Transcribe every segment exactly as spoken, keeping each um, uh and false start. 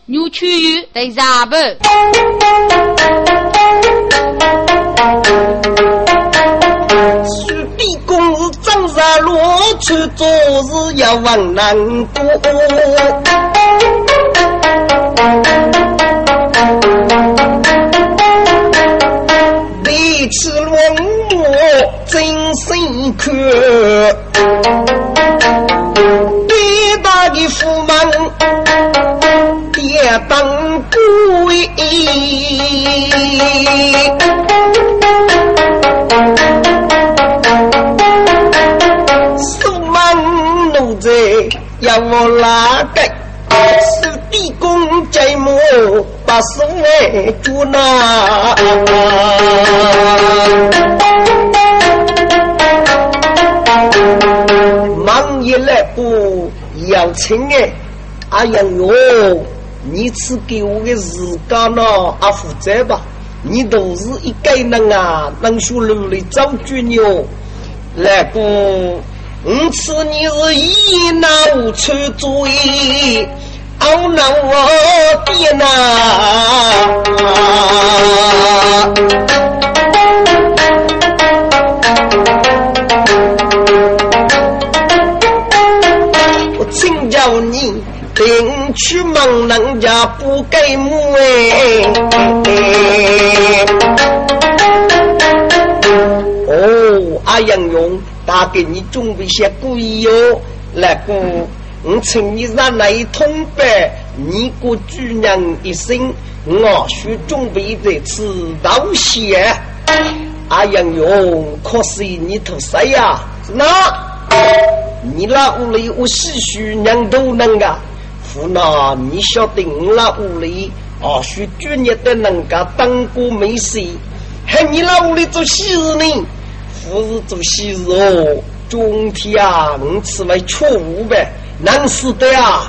牛区域在啥不？ 徐地公是张沙罗，去做事要往南过。第次落寞真辛苦，对大的父母也当归。苏门奴才要我拉盖，是地公在母把手来住那。忙一来不要请哎，哎呀哟，你只给我个时间呢，啊负责吧。你都是一个人啊，能学努力找主牛来不？我吃你是一拿无处主意，懊恼我爹呐！我请教你。定去忙人家不给母哎，哦，阿杨勇，大给你准备些故意哟，来个，我请你让来通白，你个主人一声，我需准备这次道谢。阿杨勇，可是你头谁呀？那，你那屋里我细许人都能啊。父那你晓得我那屋里啊，许专业的人家当过没事，还你那屋里做喜事呢？不是做喜事哦，中天啊，我吃为错误呗，难死的啊！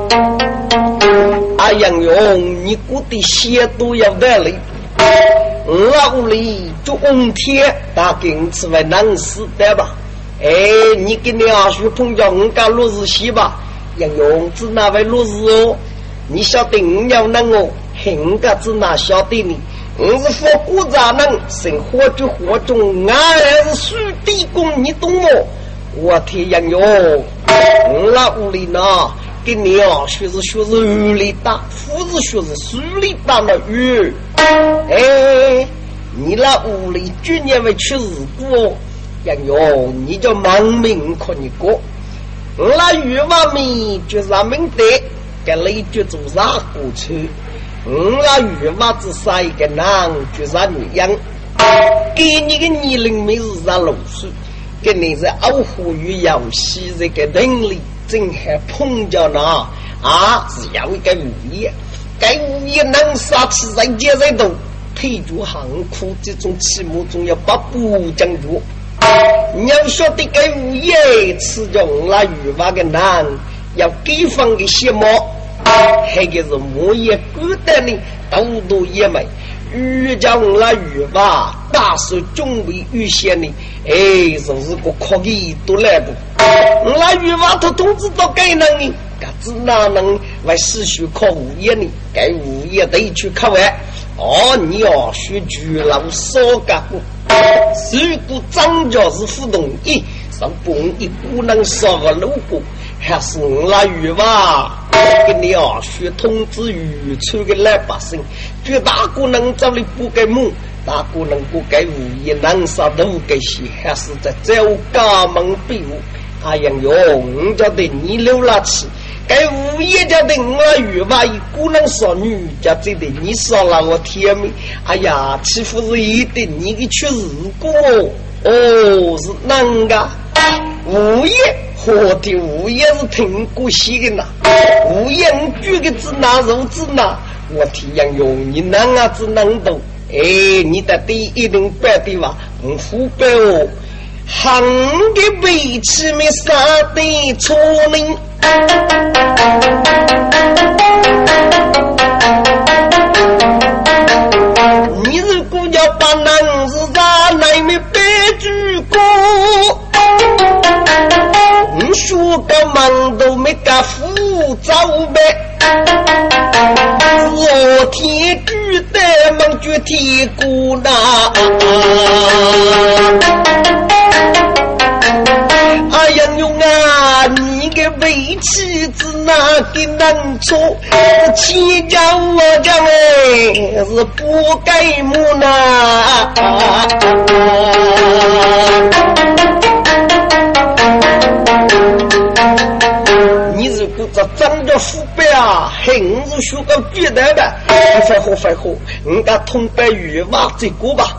阿杨勇，你估的些都要得嘞，我那屋里做中天，大概我吃为难死的吧？哎，你给你阿叔碰着我家落日西吧？杨勇只那位落日哦，你晓得我要能哦，很个只那晓得你，我是佛古扎人，生活就活中，俺还是属地公，你懂哦？我听杨勇，我那屋里呢，给你哦，学是学是鱼里大，不是学是水里大的鱼。哎，你那屋里去年为去日过，杨勇，你就忙命看你过。我那鱼娃米就让明德给雷就做啥过去，我那鱼娃子杀一个男就让女养，给你个年龄没是让老师，给你是熬虎鱼游戏这个能力真还碰着呢啊！是要一个物业，该物业能杀起人家在动，推住行苦这种期末中要把不讲究。你要晓得给物业吃着那鱼娃的男要给放个些么还个是木业孤单的都都也没鱼叫那鱼娃大手准备预先的哎就是个可以都来不那鱼娃他通知到该能的只哪能为世俗考物业呢该物业得去考完哦你要学居老少干部如果张家是不同意上本一不能少个路过还是那语吧给你啊学通知语出个来百姓绝大姑能找你不给木大姑能不给物业能啥都给些还是在找家门庇护哎呀哟你家的你留了起该物业家的我语吧一姑能少女家这的你少了我天命哎呀岂不是一定你给去日过哦是那个物业我的物业是挺过细的呐物业你举个字拿肉字拿我体验用你能啊只能懂哎你的第一定白的吧我湖北哦行的背起没啥的错呢你如果要把男子在来没白举过你说个忙都没干扶走呗具体骨呐。哎呀勇啊，你个为妻子哪个能错？欺家我家哎是不该母呐。你如果这长着父辈啊，还是学个别的吧？快活快活，你家通白语话这个吧。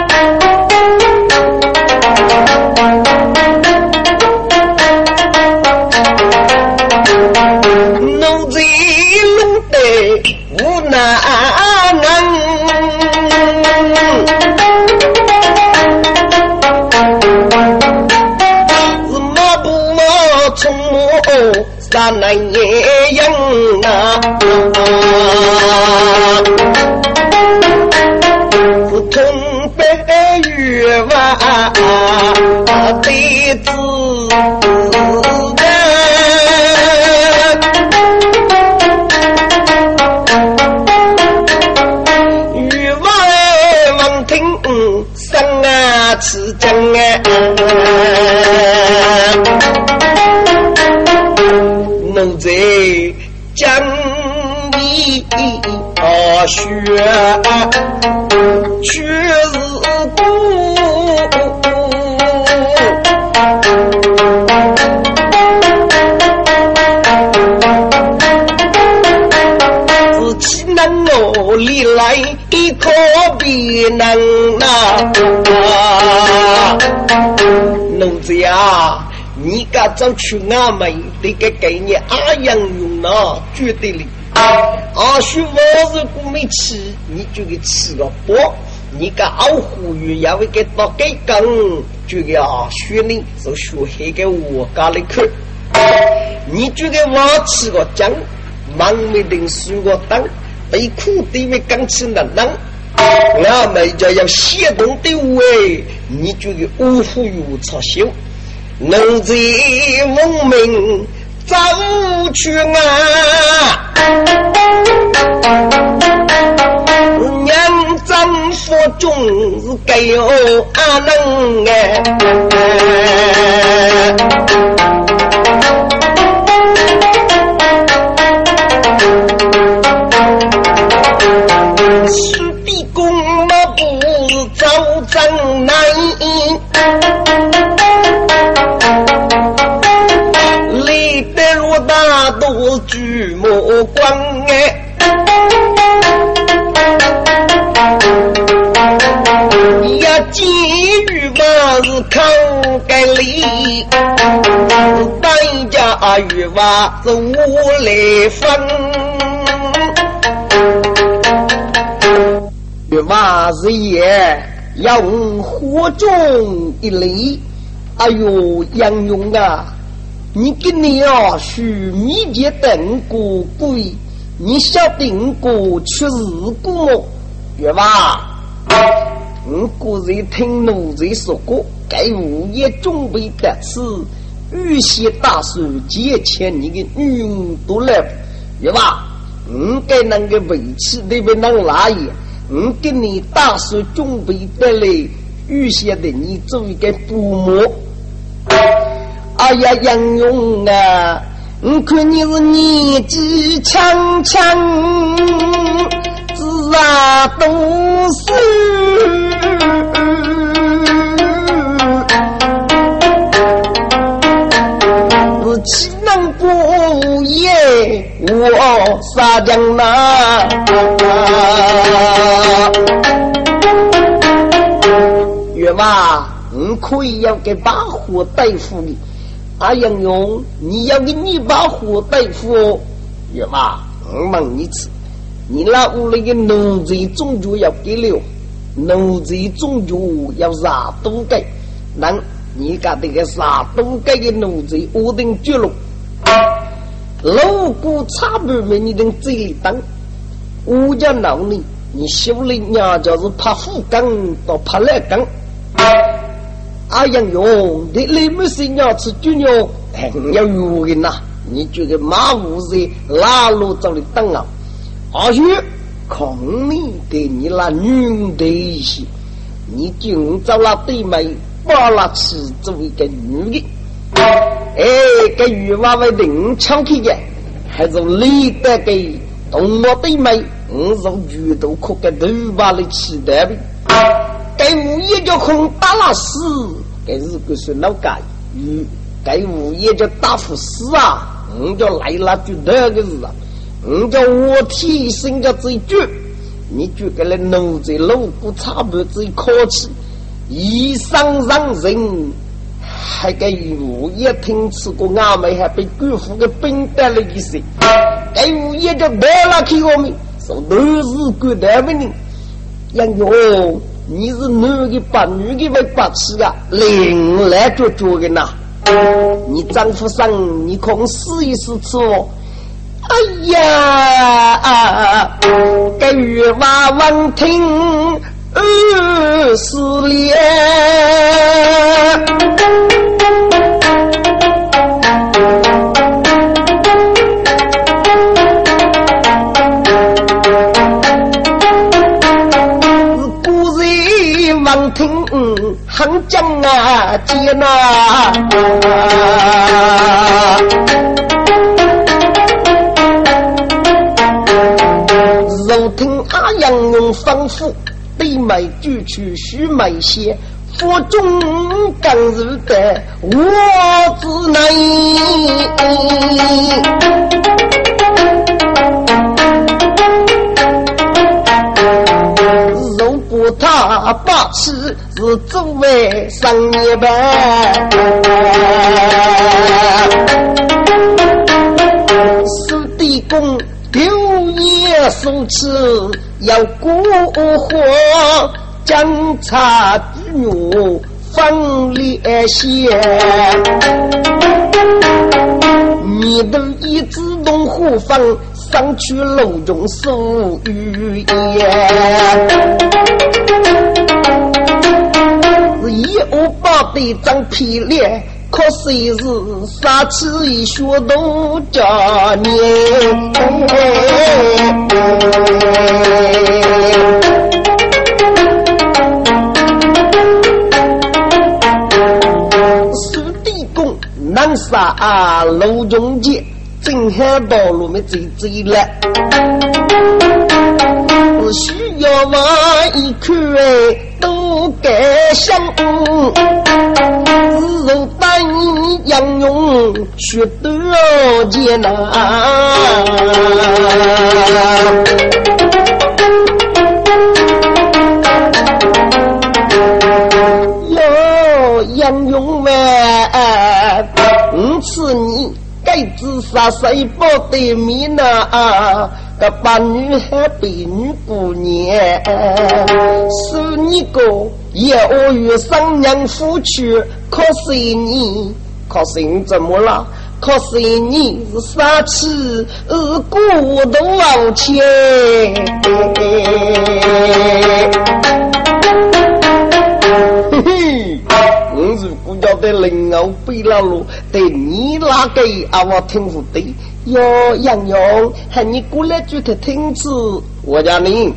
奴才弄得无难能，是马不马从我山南也样啊，是通白语话对子。是真啊，奴才将你啊学，却是故，自己能努力来一可比能啊。奴才啊，你家走去阿妹这个概念阿样用啊，绝对的。阿叔我如果没吃，你就给吃个饱。你家熬虎鱼要会给到给更，就给阿叔呢就学黑给我家里去。你就给我吃个姜，忙没定输个当，被苦对面刚吃能能。阿妹就要写动的位，你就给无虎有操修。奴才闻名走去啊，娘丈夫中是该有阿能哎，是比公嘛不是早长难。大都举目光哎，呀机遇嘛是靠该里，代价与嘛是无来分，与嘛是也要火中一厘。哎呦杨勇啊，你跟你啊是密集等过鬼，你晓得过去日过么？对吧？我古人听奴才说过，该午夜准备的是预先大手借钱你的女人都来，对吧？我该那个维持那边能来也，我给你大手准备的嘞，预先的你做一个父母。哎呀，杨勇啊，我看你是年纪轻轻，自啊都是是岂能不也我撒江呐？月妈，我可以要给把火大夫的。阿杨勇，你要给你把火大夫哦，月妈，我问你次，你那屋里的奴才终究要给了，奴才终究要杀都给，那你家这个杀都给的奴才，我定绝了。如果差不多你能这里当，我家闹你，你修理娘就是怕富岗到怕来岗。阿杨勇，你你们是要吃猪肉，要有人呐！你这个马虎子拉路找你等啊！阿叔， 空你给你那女的一些，你就找那对妹把那吃作为一个女的，哎，给女娃娃领抢去的，还是离得给动物对妹，我从鱼都可给头发的期待的，给物业就空打了死，给日个是老改鱼，给物业就打不死啊，我就来了就那个是啊。你叫我提升个这句，你就给了奴才露骨差不最可耻，一上让人还给物业听吃过阿妹，还被官府给冰带了一些，给物业就得了去我们，说都是官带的呢。杨勇，你是男的把女的为把持啊，领来就做的呐。你丈夫上，你可试一试吃哦。哎呀啊！该月娃王听二十年，古人王听杭江啊接呐。肉听阿阳用丰富对买聚去须买些佛中刚日的我之内肉不他把吃是周围上一半是地公六夜受持要过火将茶之女放烈血你的一自动护放上去楼中受语言一五八的张皮脸可谁是杀吃一学都家年是地公南沙啊楼中间正海道路没最最了需要我一颗都该想肉蛋羊用学得艰难哟羊用呗五次你该自杀谁不得命啊个把女孩被女姑娘是你个也我与上娘夫去可是你可是你怎么了可是你是杀气而孤都往前嘿嘿我是不要的灵偶背了路对你那个啊我听不对哟杨勇喊你过来就得听词我叫你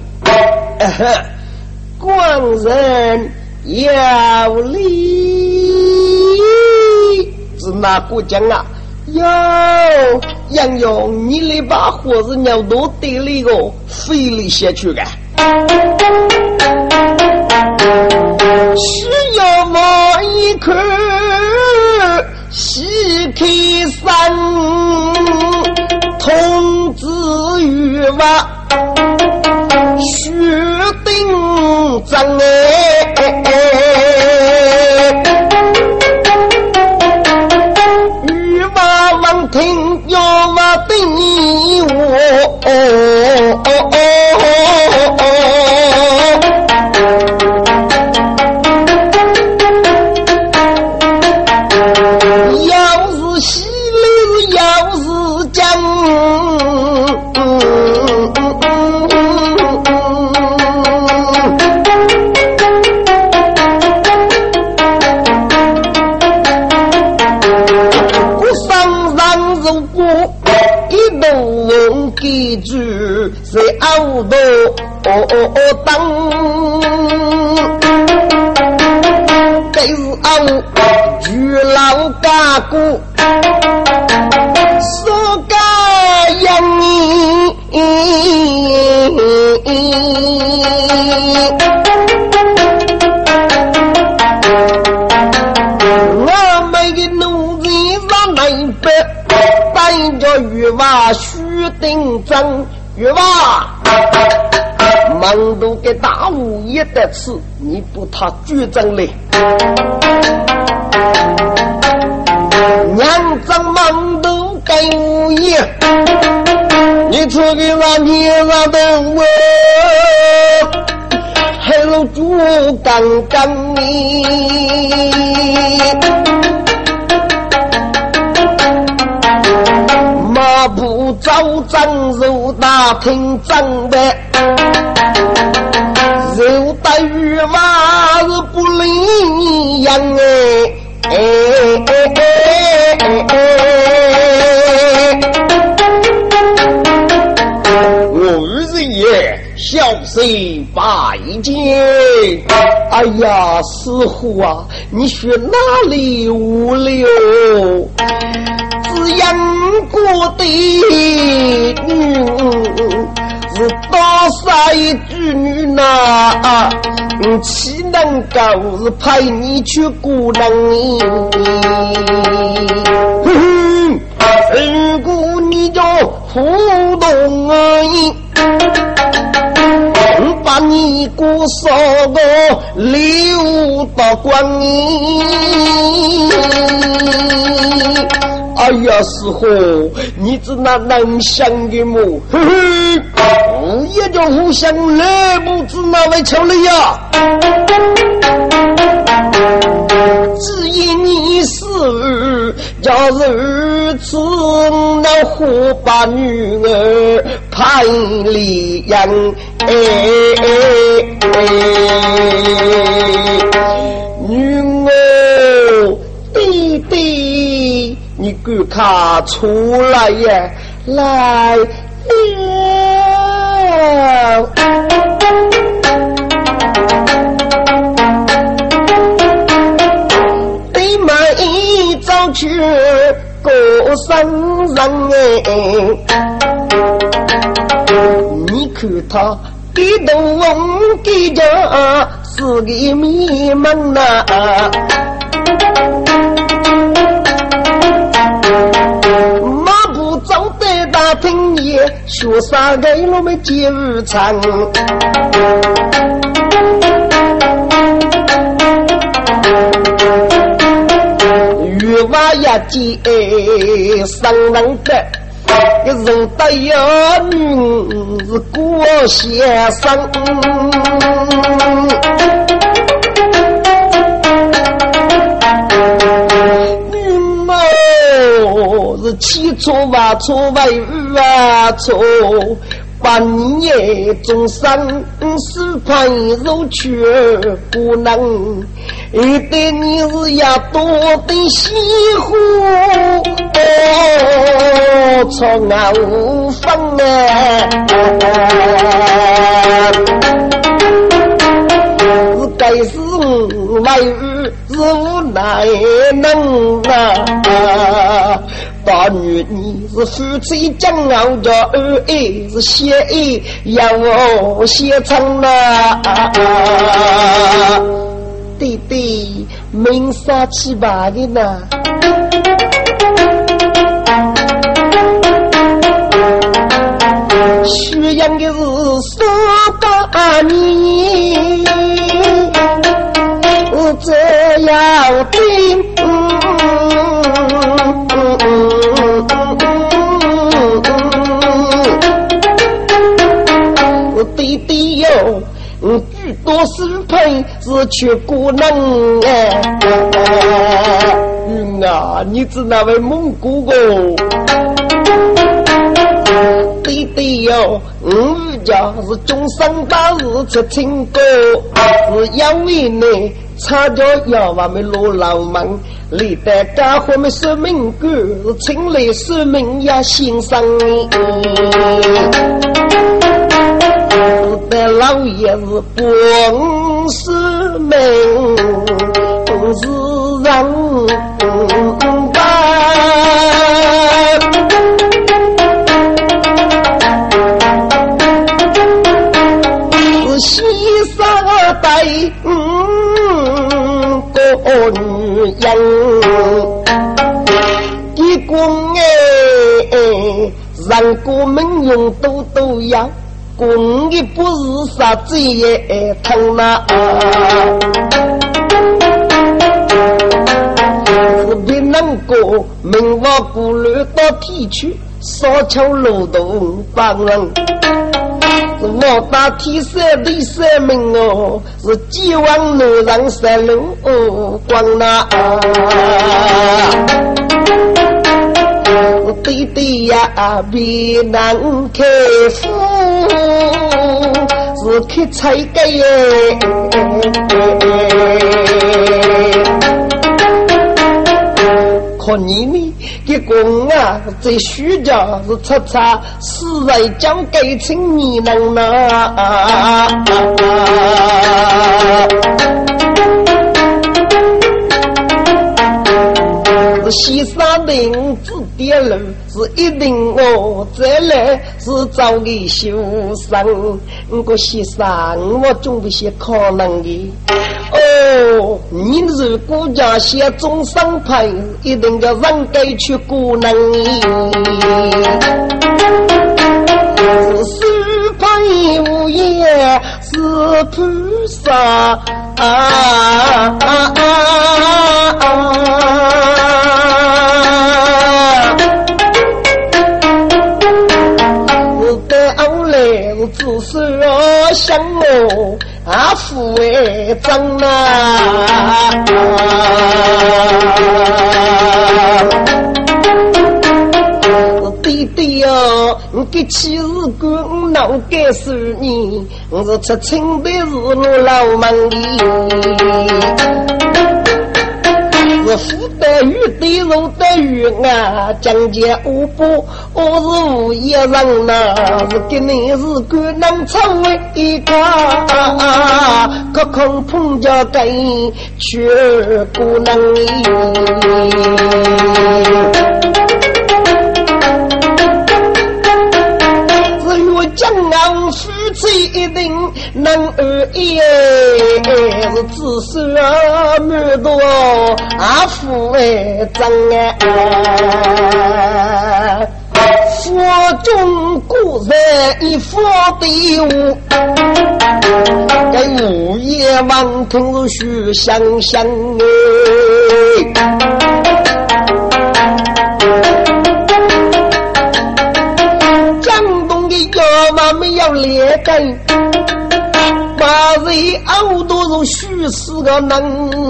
光人要理是哪个讲啊哟杨勇你那把火是鸟都得了个飞了下去的需要我一颗西开山童子玉娃须定张哎玉娃王听要娃定我哦哦哦哦记住谁熬到哦哦哦当，给是熬巨老家姑，说个样你。我们的奴才上来背，带着玉娃须定真，玉娃忙都给大五爷的吃，你不他举证嘞？娘子忙都给五爷，你出去让你让的我。还有猪刚刚你，马步招张肉大厅张的，肉带鱼娃是不领样哎哎哎哎哎哎！我儿子也。小谁拜见？哎呀，师傅啊，你学哪里无聊？只养过的女是多少一句女呐？嗯，岂能够是派你去鼓能你？哼，如果你就互动而已。把你姑嫂个留到光阴，哎呀，师傅，你只那能想的么？嘿嘿，我也就互相来不知那位求了呀。只因你是要如此，那火把女儿派里养，哎哎哎，女儿弟弟，你给他出来呀，来了。去过生人哎，你看他一动给着是个迷茫呐，马步走的大厅里，学啥给我们接日常。月娃呀姐上人的一人带呀女是郭先生，女嘛是起错吧错外遇啊错，半夜中山是盘肉缺不能，一对你是呀多的西湖哦，从啊无方啊，是该是外遇是无奈能啊，大女你是夫妻将熬着二爱是血爱要我写成了弟弟明杀七八的呢，需要的是说大你我这要听我弟弟哟嗯，据多是配是却不能哎，云啊，你是那位蒙古狗？弟弟哟，嗯，家是终生大日出清歌，是因为呢差脚要话没落老忙，历代家伙没说明个，请来说明也欣赏你。的老爷子不是命，是人吧？是西沙代嗯个女人，一公哎，让国民用都都要。公益不是啥子也疼呐，别能够明我不略到提去，烧敲漏洞帮人。我打提色的生命哦，是希望能让山路哦光呐。弟弟呀，别难克服，是去采个耶。可你们的公啊，在虚假是擦擦，是在交给请你能拿。是西山林子跌了，是一定我这来是找个修生，我西山我总不些可能的。哦，你如果家些中上派，一定要让该去姑能。是派无业，是菩萨啊啊啊啊只是我想我阿父为长啊，弟弟哦，你给妻子管闹给是你，我是出清的日路老忙的。是福的雨的肉的雨啊，讲解无波，我是无业人呐，是给你是个能成为一个，可空碰着给却不能。只有江岸夫妻一定能而已，是只是啊没多阿父为真啊，佛中古人一佛的物，该午夜望听须想想江东的哥妈没有裂根，把人熬多是虚实个能。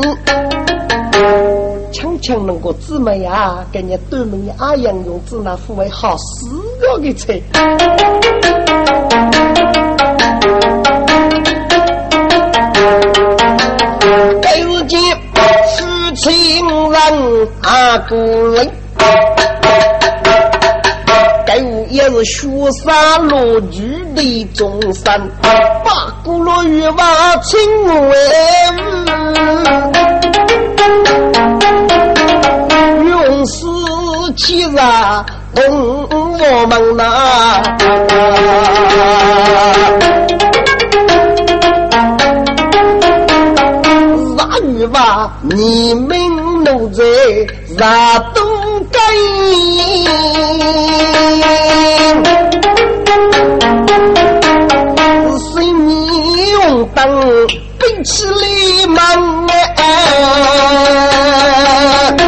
强强能够姊妹啊，跟人对门阿阳用子那副为好死个的车。该日间夫妻人阿姑人，该屋也是雪山落雨的中山，八姑落雨瓦青为。是其实懂我们呐，啥语吧？你们奴才啥都该，是你用当背起里忙啊！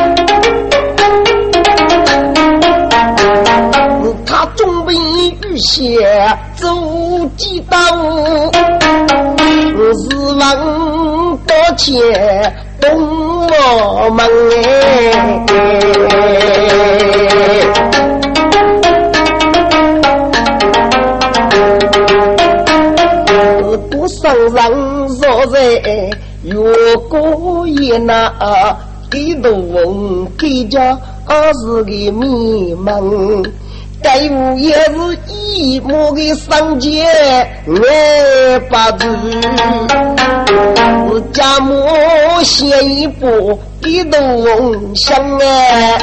写走几道是望多钱懂我们不上人说在如果也那给动给家是个迷茫，该无也是一模的上街我把子是家母先一步给动相爱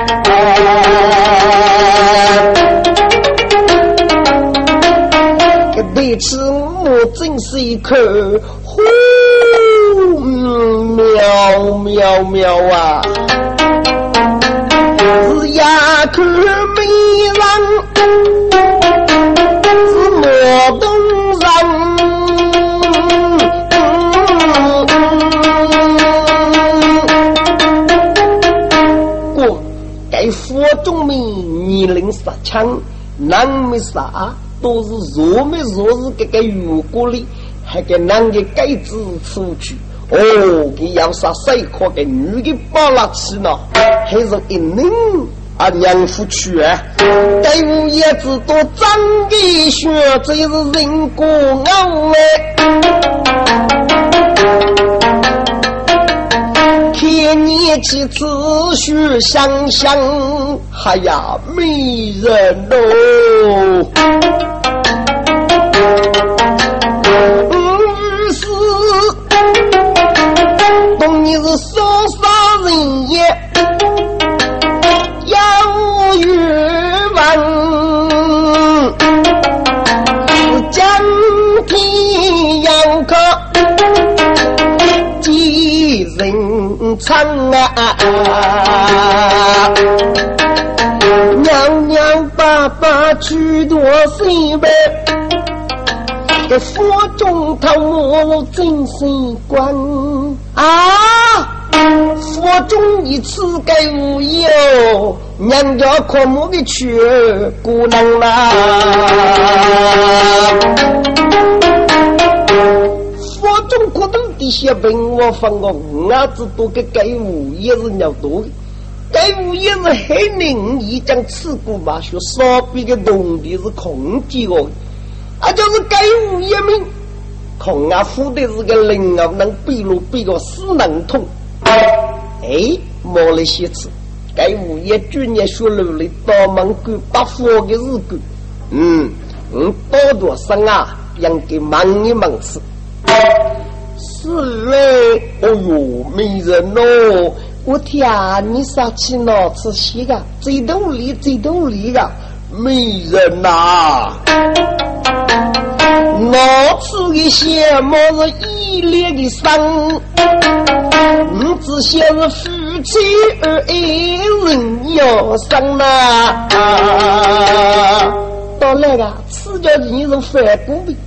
对此我真是一口呼喵喵喵啊是牙口没让是莫东让过该佛中民你能杀枪难没杀都是若没若是这个如果里还给男的改制出去哦给要杀谁可给女的包了吃呢还是一能啊娘夫去啊该无也知道张的学这是人工熬哎看你去持续想想哎呀没人哦你是说杀人也要欲望是将皮要可几人唱啊娘娘爸爸去多谁呗给佛中头我真心观啊佛中一次该无有娘家可莫的去姑娘啦佛中可能底下问我放我儿子多个该无也是鸟多该无也是黑人一将刺骨嘛说烧比个东的是空气哦啊就是该无也命孔啊夫的是个灵啊能比如比个死能痛哎莫了些次该无也专业学了的大门关把佛的日子嗯嗯多多生啊让给忙一忙事是嘞哦哟没人哦我天啊你啥去哪吃西个最动力最动力个没人呐、啊我吃的些么是一列的伤你只想是夫妻而一人要伤呐到那个吃掉你是反骨的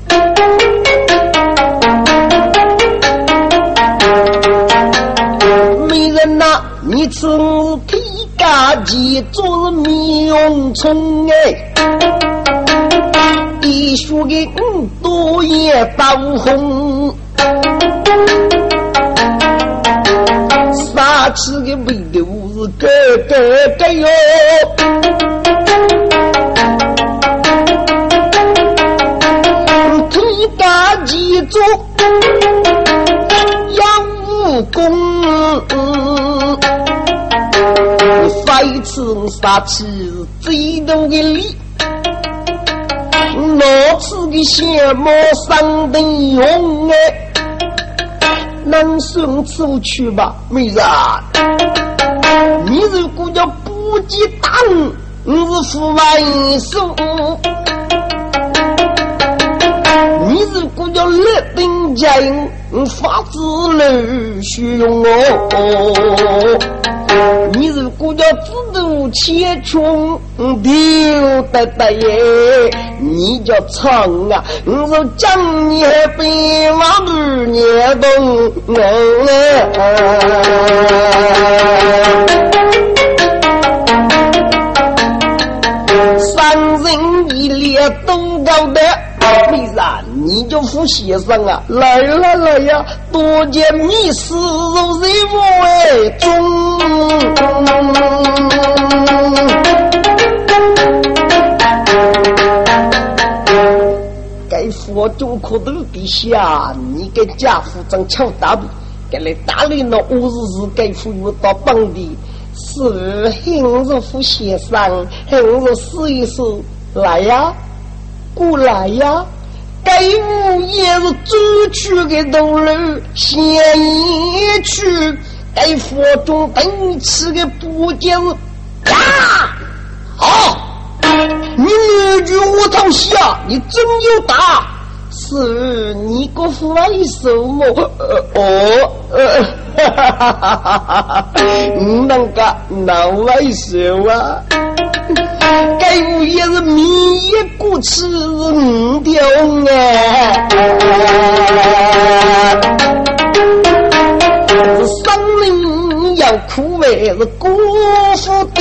没人呐你吃皮嘎鸡做是米用葱哎一说给嗯多也当红杀吃的味道是个个个哟提嘎记住要武功非吃杀吃最多的力我吃的些么上的用哎能送出去吧没人你如果叫不记当你是副万数你如果叫乐定家人发自了虚用哦你如果叫自度切穷丢得得耶你叫唱啊你说将你被王二年动三人一列都高的为啥你就服先生啊来来来呀多见密室如谁为中该佛中可都底下你给家父长敲打给你打理了五十是给服务到本地，是今日副先生，今日试一试，来呀，过来呀。该物也是走去的道路，先一去，该佛中等吃的不就是呀？好，你女婿我头下，你真有打，是你个为什么？哦，呃，哈哈哈哈哈哈！你那个哪为什么？该物也是米也过吃五条啊！是生命要苦为是辜负的，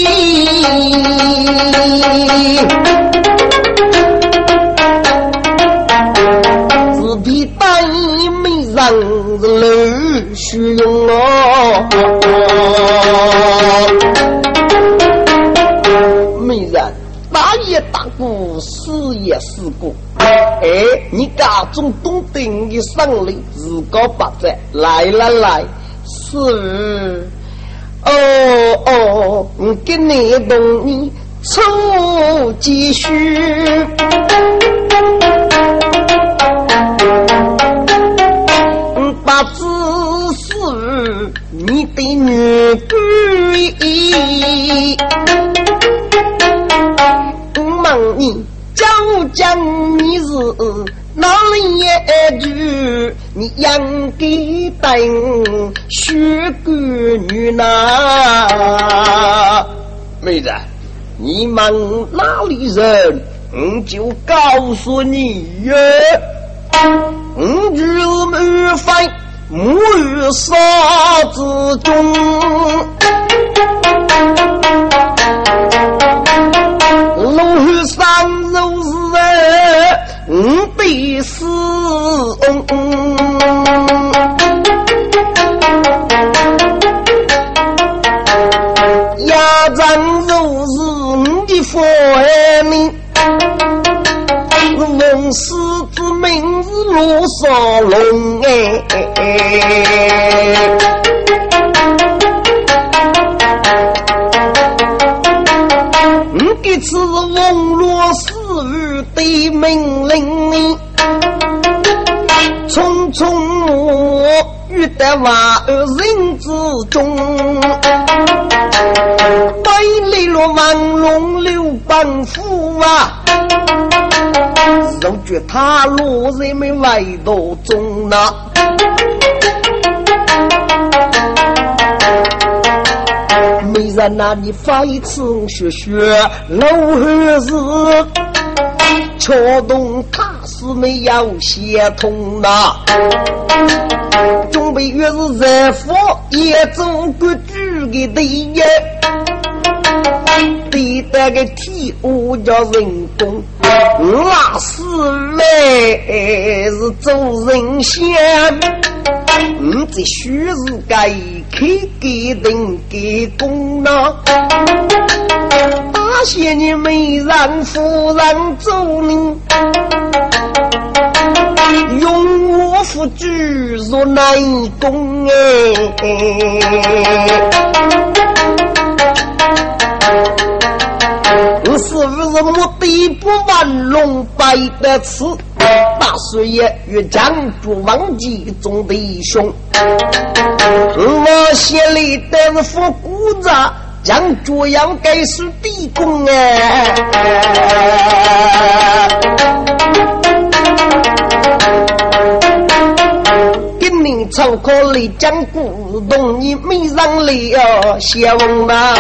是比大美人是流虚荣哦。美人打也打过，死也死过。哎，你家中懂得的生理自高八载，来来来，是哦哦，我给你懂你凑几许，把子是你的女婿。你讲讲你是哪里也住，你养给等学个女呐？妹子，你们哪里人？我就告诉你呀，我就是母妃母与杀之中。路上肉是五百四，压장肉是五的佛名，龙狮之名是罗少龙哎。这次网络事务的命令，匆匆我遇得万人之中，百里落万龙六板斧啊，肉觉他落人们外头中呐。没人拿你发一次学学老汉子，敲动他是没有协同呐。准备越是热佛也做个举个的呀，对待个体物叫人工，那是嘞是做人先。嗯，这须是该去给人给功呢。大些年没让夫人走你，用我夫举若难功哎。我是不是目的不完龙白的词？大师爷与将主王继中的兄，我心里的是副鼓子，将主要该是地公哎。跟你操口里将古董，你没让里哦，谢翁呐。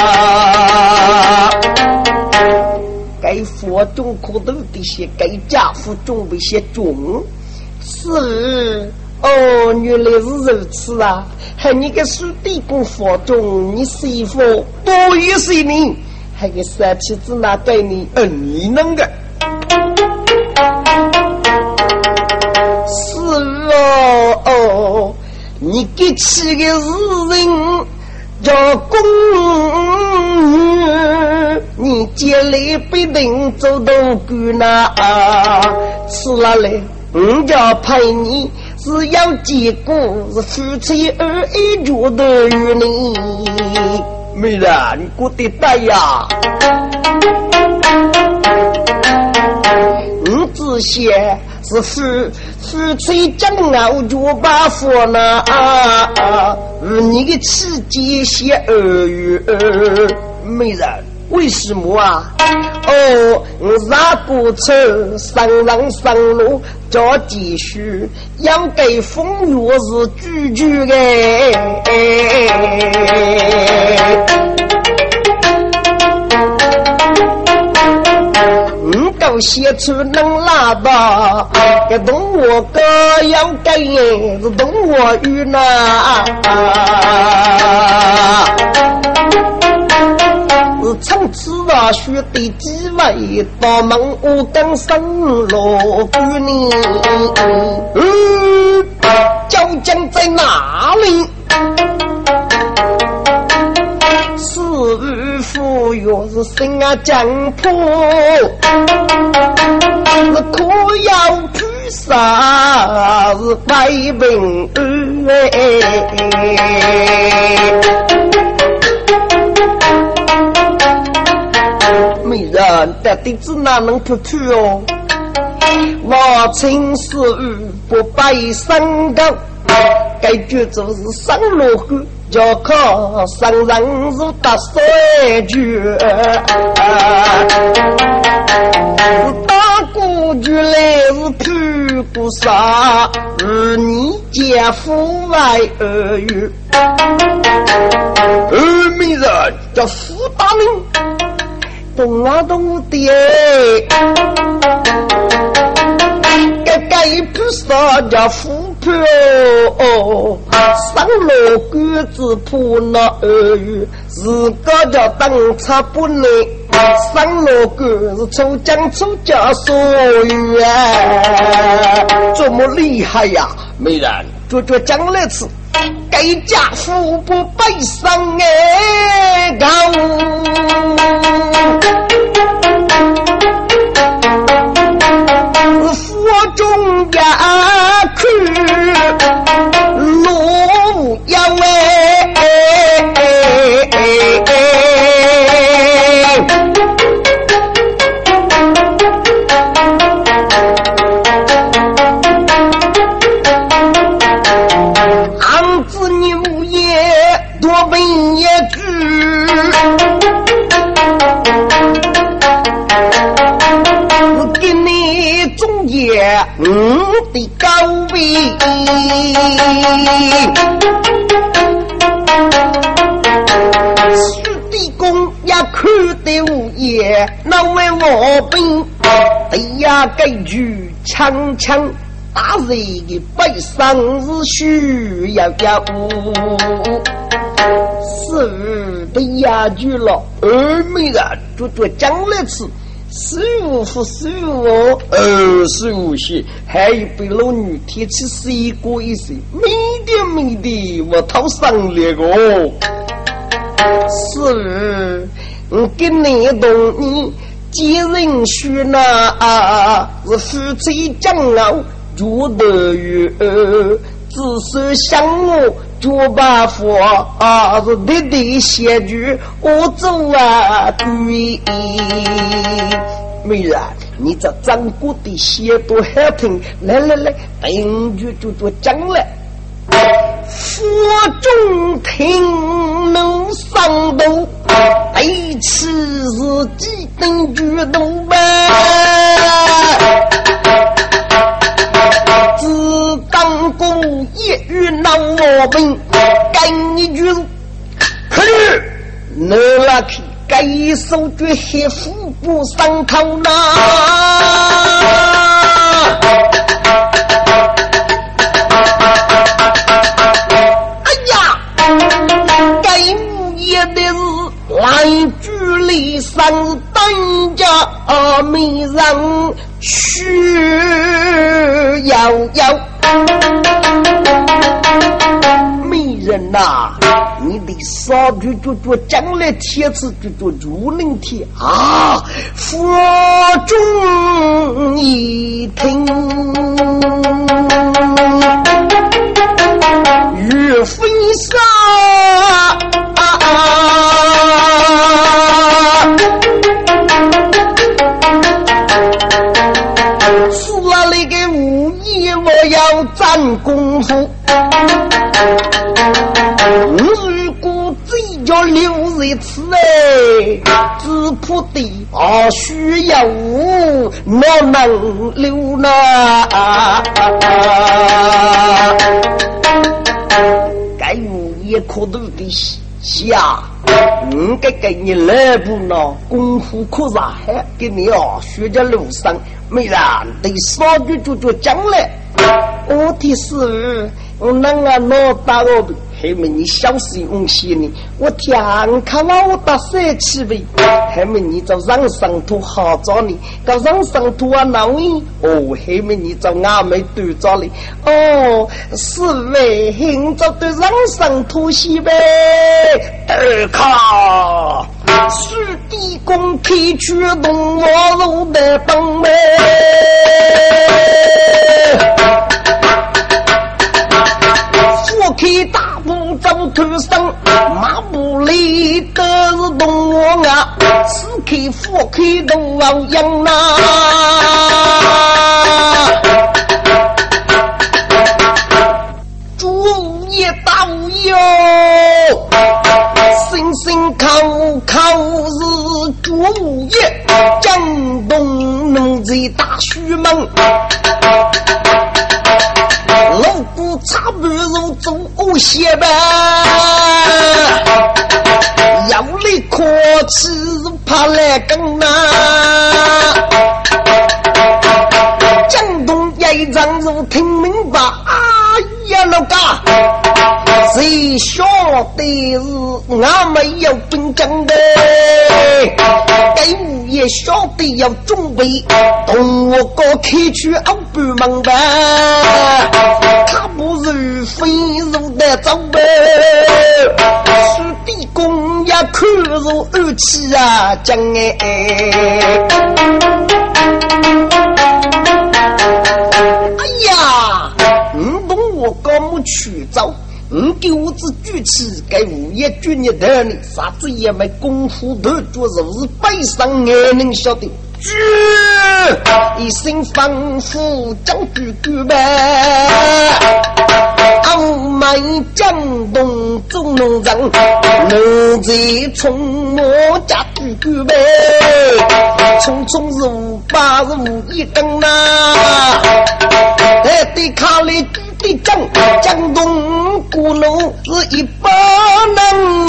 该佛中苦头的些，该家父中的些种是哦，原来是如此啊！还你个师弟公佛中，你媳妇多于谁呢？还个三妻子拿对你，呃，你能个是哦哦，你给起个人叫公女，你接来必定走到官呐，吃了嘞，我就派你只要结果是夫妻二一着的与你。美人，你过得带呀？你只写是夫夫妻将熬着把佛呢啊啊！你的世界写二月美人。为什么啊？哦，拉过车上人上路找继续，要给风月是句句的。嗯，够写出能拉吧？给懂我哥要给是懂我语呢。从此啊，学的几位到门我跟上路给你。嗯，究竟在哪里？是否又是心啊讲破？是可要去杀是百病美人的弟子哪能不去哦？我情是不拜三高，该句就是上路去，就靠上人如打水句。打过去来是屁股上，而你家父外而语。而美人叫傅大明。懂啊懂的，该该不啥叫富婆哦，上路鸽子扑那耳语，自个叫当差不内，上路鸽子抽奖抽奖所语啊，这么厉害呀，美人，这这讲来次。该家父不悲伤哎高，佛中呀去路要嗯的高位，师弟公也看得无言，那为我兵，哎呀，该句强强打人的悲伤是需要要，是的呀句了，而没人就做讲了次。十五副十五二十五岁，还有被老女贴起十一个一岁，没点没的我头上来个是我跟你懂你接人学那啊是夫妻将熬做的月只是想我做把佛啊是弟弟写句我走啊对美人你这张国的写多好听来来来等住就做讲了佛中听能上斗爱吃是几等举动吧自当公也遇闹我们干一句可是那拉去该手绝黑腹部上头呢哎呀该物业的是来距离上等家阿弥让需要要美人呐、啊你得烧就就就将来贴子就就如能贴啊佛中一听我要战功夫，如果这叫留一次哎，只怕的啊需要我能留呢。该我也可都的下，嗯，该给你来不呢？功夫可啥还给你啊？学在路上，没人得少句就就讲了。我的是我那个脑大我的，还没你小心用心呢。我天看了我打生气呗，还没你找让上图好找你，搞让上图啊哪位？哦，还没你找俺没对着哩。哦，是为hin找对让上图西呗。二靠，是地公提去动我肉的帮呗。我开大步走头上，马步里的是动我啊，是开佛开动老杨呐。主也道哟，声声口口是主也，江东能在大须门。老骨差不如走欧些吧，要你可吃怕来更难。江东一张如听明白，哎呀老嘎，谁晓得是俺没有兵将的？该我也晓得要准备，同我哥开去欧北门吧。他不是非肉的走呗，是地公呀，看如二气啊，讲哎。哎呀，你懂我哥没去走。你给我只举起给午夜举你的你啥子也没功夫的做就是背上也能晓得举一身仿佛将举举呗傲慢江东中农人奴贼从魔家举举呗匆匆如八如一根啊哎对卡里的江江东古楼是一般能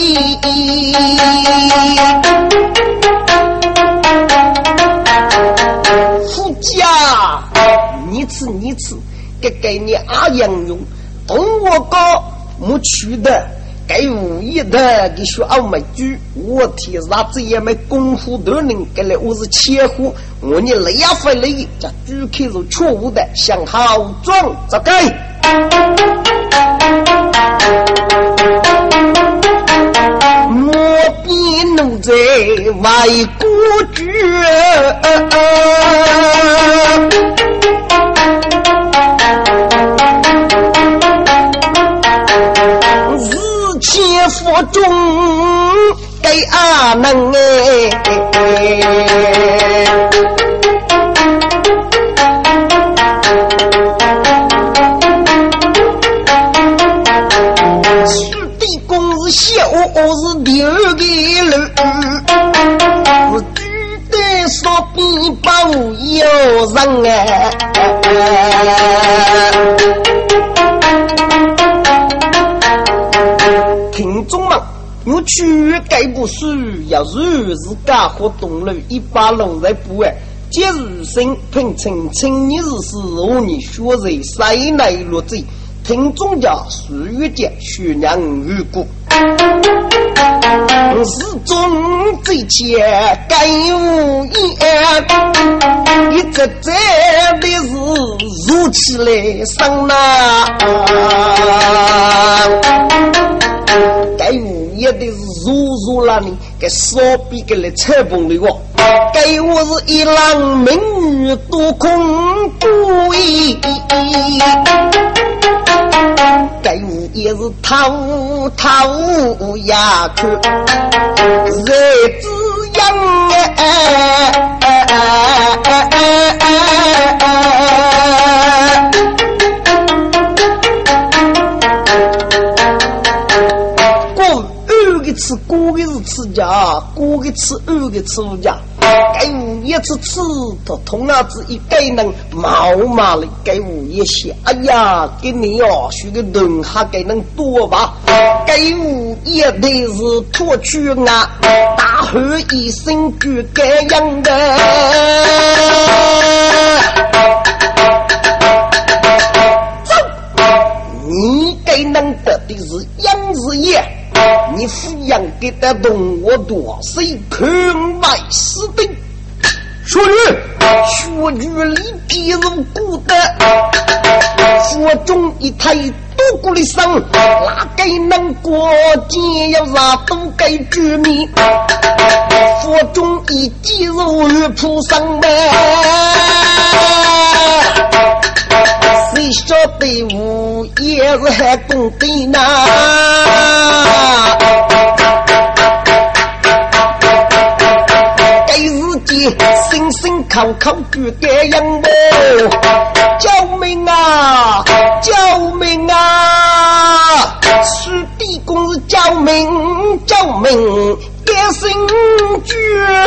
夫家你吃你吃给给你阿阳用同我哥没去的给五亿的给说奥美居我天啥子也没功夫的人给了我是切户我你雷呀飞雷这居开是错误的想好装走开莫比奴在外国居切佛中给阿能哎，是地公是小是第二个人，我举的手臂包有人哎。听众们，我去该不是要日日干活动了一把路在不哎，节日生平清清你日是我你学人谁来落子，听众家十月节学娘预估，始终这些该无言，一直这的是如起来上那。该五也得如如了你给手臂给来扯崩的我该我是一浪美女多空不一该我也是逃逃下去日子样哎吃过个是吃家，过个吃二个吃五家。该五一次吃的同样子一该能毛马的该五一些，哎呀，给你哦，许个人还该能多吧？该五一的是脱去啊，大喝一声就该样的。你该能得的是养子业，你抚养给他动我多谁肯买死的？说句说句里皮如骨的，佛中一台多过的生，哪该能过节要啥都该居民，佛中一肌肉与菩萨们。谁说的无也是还公的呢？给自己辛辛苦苦去给养母，救命啊！救命啊！师弟公是救命，救命！给心诀。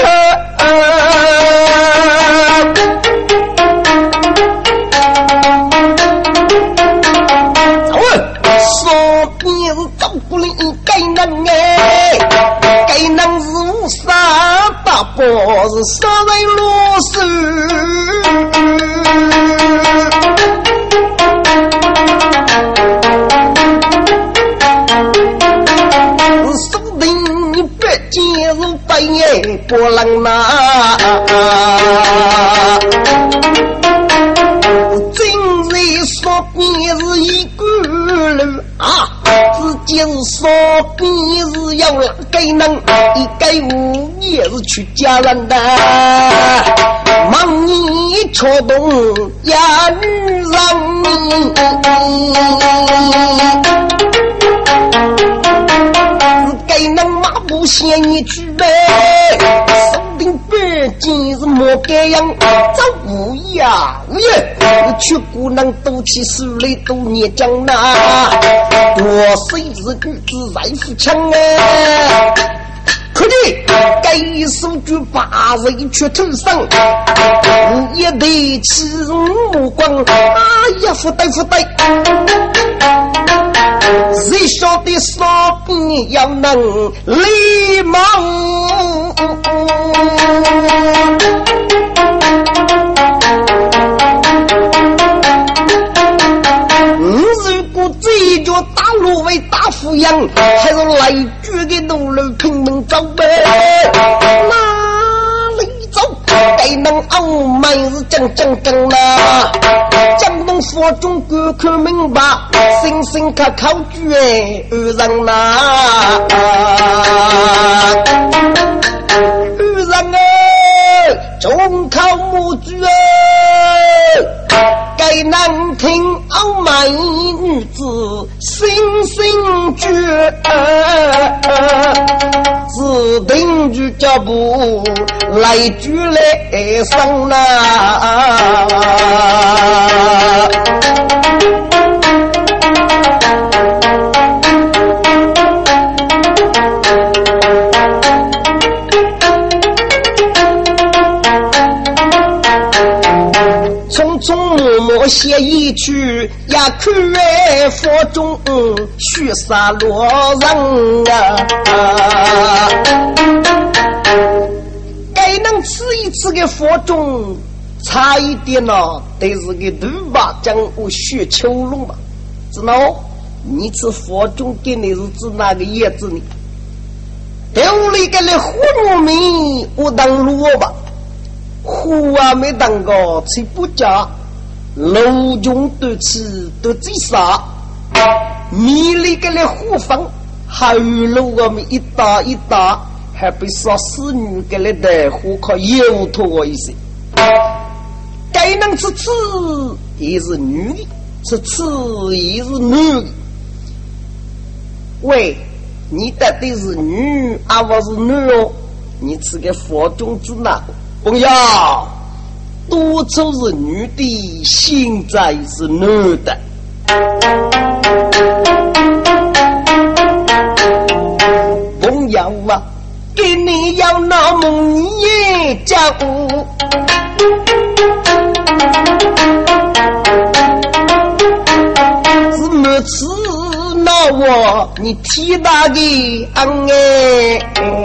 说你是照顾你该能哎，该能是无啥大波是杀人落水，说定你别介入半夜波浪呐。说你是一个人啊，自己是说你是要哪个能，一个五也是去家人的，忙你戳动呀女人，该能马不嫌你去呗，手定北京是莫该样，找无呀耶。去姑娘都起手里都捏浆呐，多谁是女子来福强啊！可是该手就把人却头上，我也得起目光，哎呀，不对不对，谁说的说你要能礼貌？这就大路为大富养，还是来居的奴隶拼命走呗？哪里走？该能傲慢是真真真啦！江东佛中各可明白，星星可考据哎，二人呐，二人哎，中考母句哎。该难听傲慢女子心心绝，自定住脚步来居来上啊！匆匆默默写一曲呀，去为佛中许洒落人啊！该能吃一次的佛中，差一点呢，得是个对吧？将我学秋龙吧，知道？你吃佛中给你是指哪个叶子呢？丢了一个来胡糯米，我当萝卜。虎啊没当过吃不家，楼中都吃都最傻，米里个来虎房，还有楼啊没一打一打，还被杀死女个来带虎靠油头一些。该能吃吃也是女的，吃吃也是女的。喂，你到底是女啊我是女哦？你吃个佛中之哪个？朋友，多数是女的，现在是女的。朋友， 要啊，给你要那么你也讲，怎么吃那我你提大的安哎，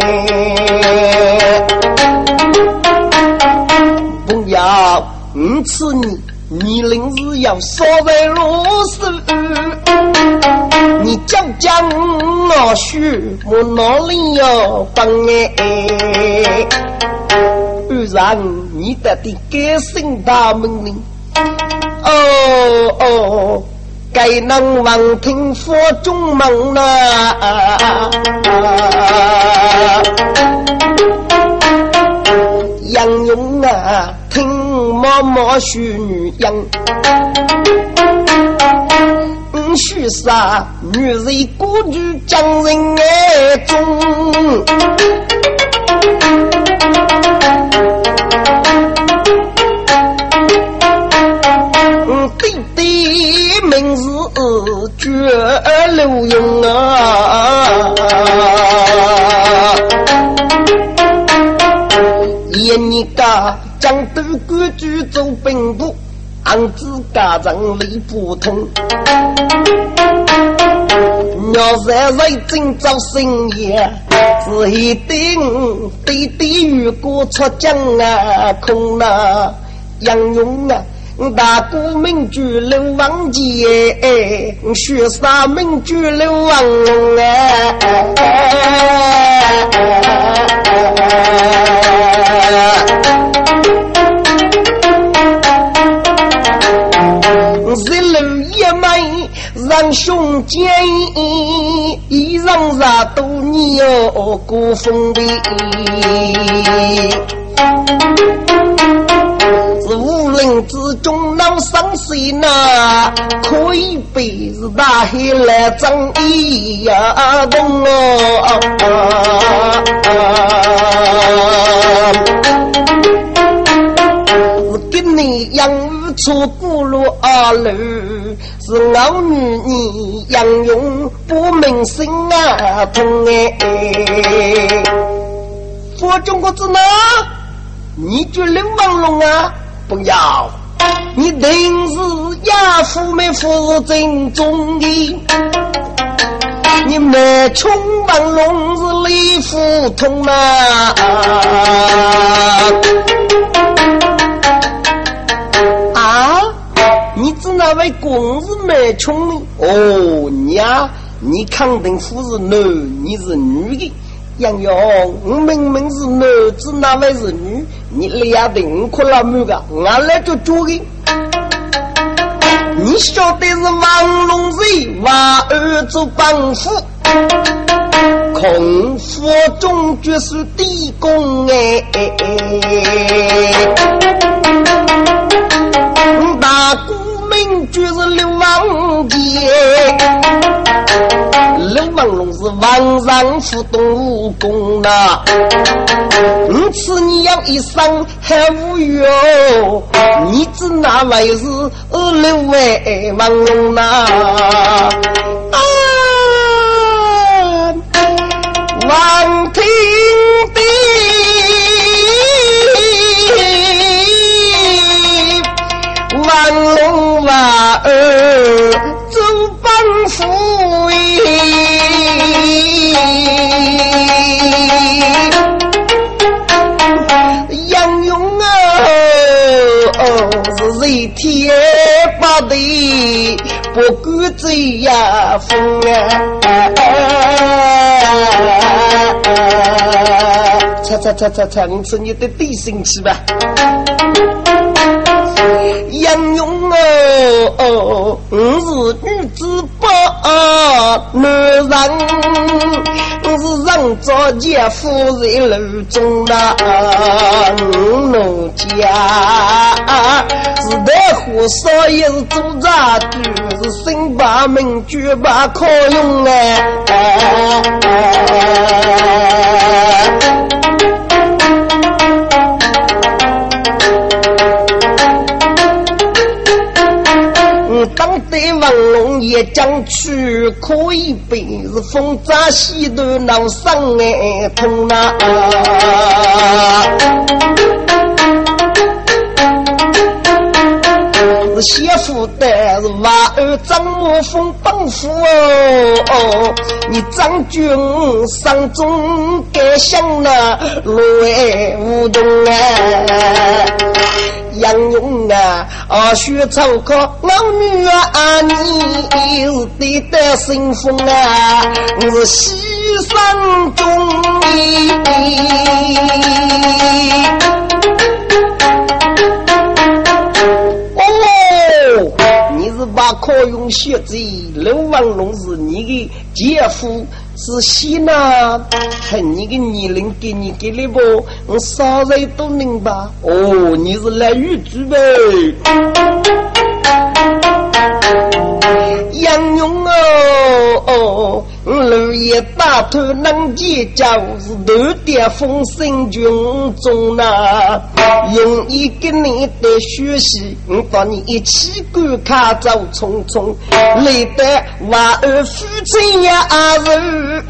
不要唔吃你。你临时要说在如此，你讲讲我许我哪里有帮哎？不然你得的给生大门里，哦哦，该能望听佛中梦啊！杨勇啊，听妈妈许女样，嗯，许啥女人孤举将人爱中，嗯，弟弟名字绝留用啊。你家将都规矩走并不，俺自家长理不通。要在在今朝深夜，只一定弟弟与过出江啊，空啊，杨勇啊。大姑名居流亡街，雪沙名居流亡啊！日路也美，让兄见一让啥都你有过风的。无人之中闹伤心呐，可以被是大海来争议呀，懂哦。是跟你养育出古路二路，是老女你养用不明心啊，痛哎。佛中国子呢？你就流氓龙啊！不要，你定是亚父没负正宗的，你们穷帮龙是李福通啊！啊，你只那位公是没穷的哦，你啊，你肯定不是男，你是女的。杨勇，我明明是男子，哪位是女？你俩定可拉木个，俺来就做的。你晓得是王龙贼，王儿做帮夫，空佛中就是地公哎，大姑名就是流氓街。流氓龙是王上不动武功呐，因此你要一生还无忧，你只那位是二流为王龙呐啊！王庭的王龙娃儿走帮夫。杨勇啊，哦，是谁天把地不管这呀风啊！擦擦擦擦擦，你吃你的地心去吧。杨勇哦哦，我是女子把男人，我是让着姐夫人楼中的农家，是大户少爷是做杂居，是新把门绝把可用哎。 当得王龙也将去，可以被是风扎西头闹伤哎痛啊！是媳妇的是娃儿张魔风帮扶哦哦，你张军上中该想那路哎无动啊，杨勇啊啊学草课老女啊你是对的新风啊，是西山中医。把可用学子刘王龙是你的姐夫是西呢，恨你的年龄给你给了不，我啥人都能吧？哦，你是来预举呗？杨勇哦哦，路也大头能结交是头点风声军中啊，用一个你的学习，我帮你一起观看走匆匆，累得娃儿夫妻呀人。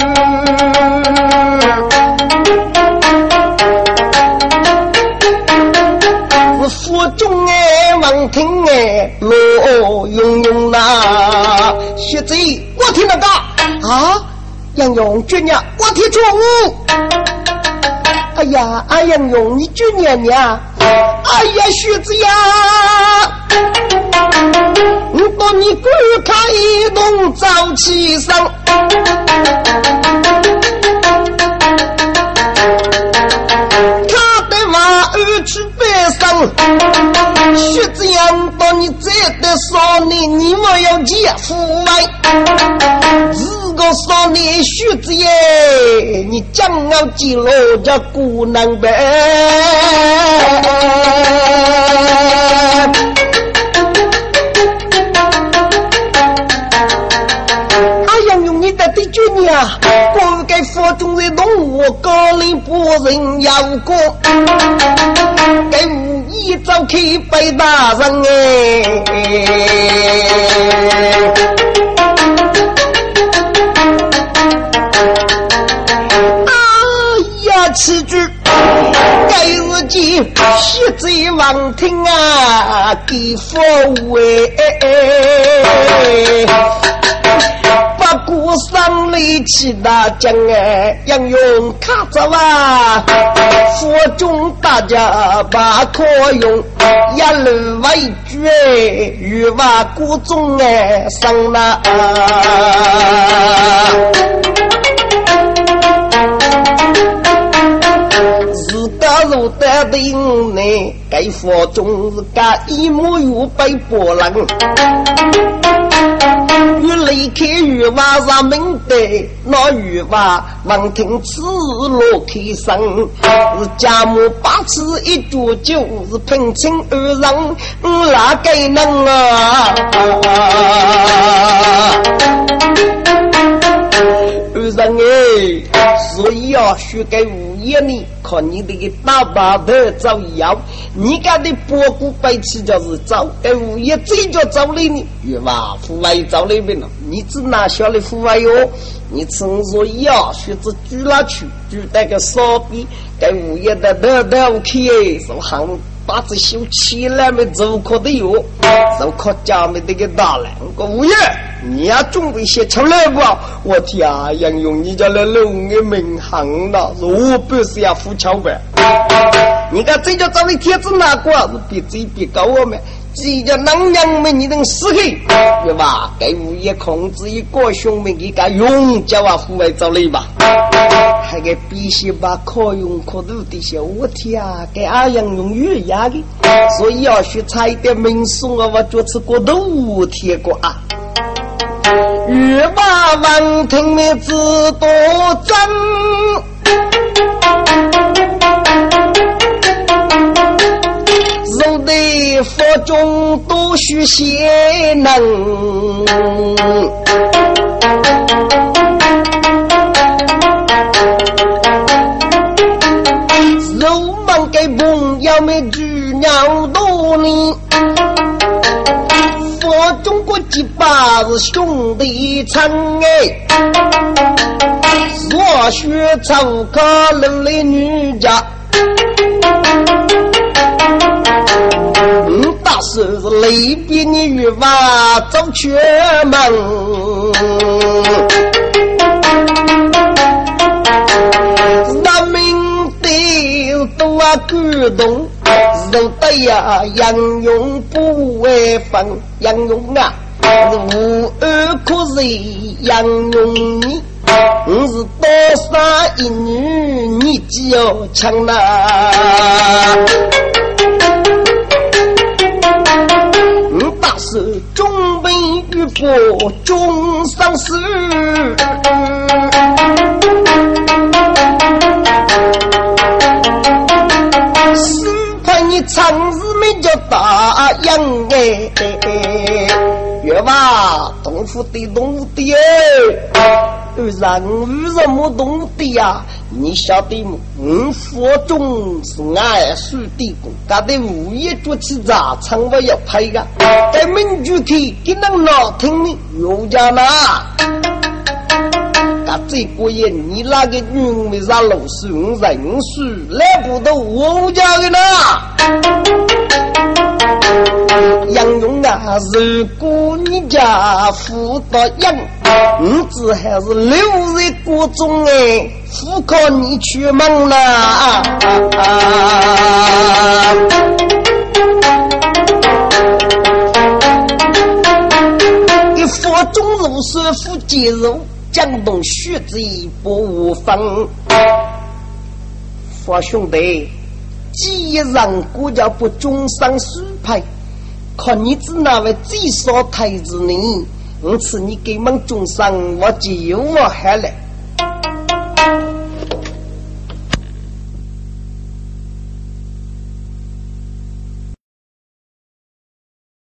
府中哎，王庭哎，罗用用啦，学子我听得到啊，杨勇君呀，我听错误。哎呀，哎杨勇，你君娘娘，哎呀，学子呀，我帮你观看一动早起上。去北上，学这样到你这的少年，你们要姐夫来。如果少年学这耶，你将要记录叫姑娘呗。的君呀，我该佛中的动物高龄不人要过，该无意早开被大人哎。哎呀，此句该日记实在忘听啊，给佛为。古上力气大将哎，杨勇卡着啊，佛中大家把可用，一路为绝，与娃古中哎上了。是的，如的的呢，该佛中是个一模有被波浪。与离开雨娃上明的那雨娃望听此路开生，是家母八次一桌酒，是平清而让哪个能啊？二人哎，所以要学给午夜呢，看你这个大把的造谣，你家的波谷白痴就是造，给午夜这就造了你，越吧户外造那边了，你只拿小的户外哟，你趁所以要学着举拉去，举那个烧饼，给午夜的得得 OK 是行。把这修起来没走可的有，走可家没这个大了。我五爷，你要准备些出来不？我天啊，杨勇，你叫来弄个民行了，我不是要付钞呗。你看这就找你帖子拿过，是别嘴别搞我们。这叫能娘们，你能死去，对吧？给物业控制一个兄妹，给个用叫啊，户外找你吧。还给必须把可用可读的些，我天啊，给阿阳用月牙的，所以要学差一点民送啊，我就吃过都贴过啊。月把王听的知多真。肉的佛中都需些能，肉忙给朋友们煮鸟多呢，佛中国几把是兄弟唱哎，若学唱歌楼里女家，嗯，大手是雷比你与娃走全门，人民的都啊感动。肉的呀，杨勇不为分，杨勇啊，无二可是杨勇你，你是多少一女，你只有强呐。你大是中本与国中上士。你长日没叫大洋哎，月吧，东府的东府的哎，人为什么东府的呀？你晓得吗？嗯，佛中是爱树的公，他的物业做起杂场我要拍个，在民主去给那老听的有家呐。啊，这个月你那个女为啥老是用人数来不到我家的呢？杨勇啊，如果你家辅导养，你只还是留在国中哎，不靠你去忙了啊！啊啊一佛中如是副肌肉。江东血子不无方，佛兄弟，既然国家不中上水派，看你只那位最少太子呢？因此你给忙中上，我就有我还来。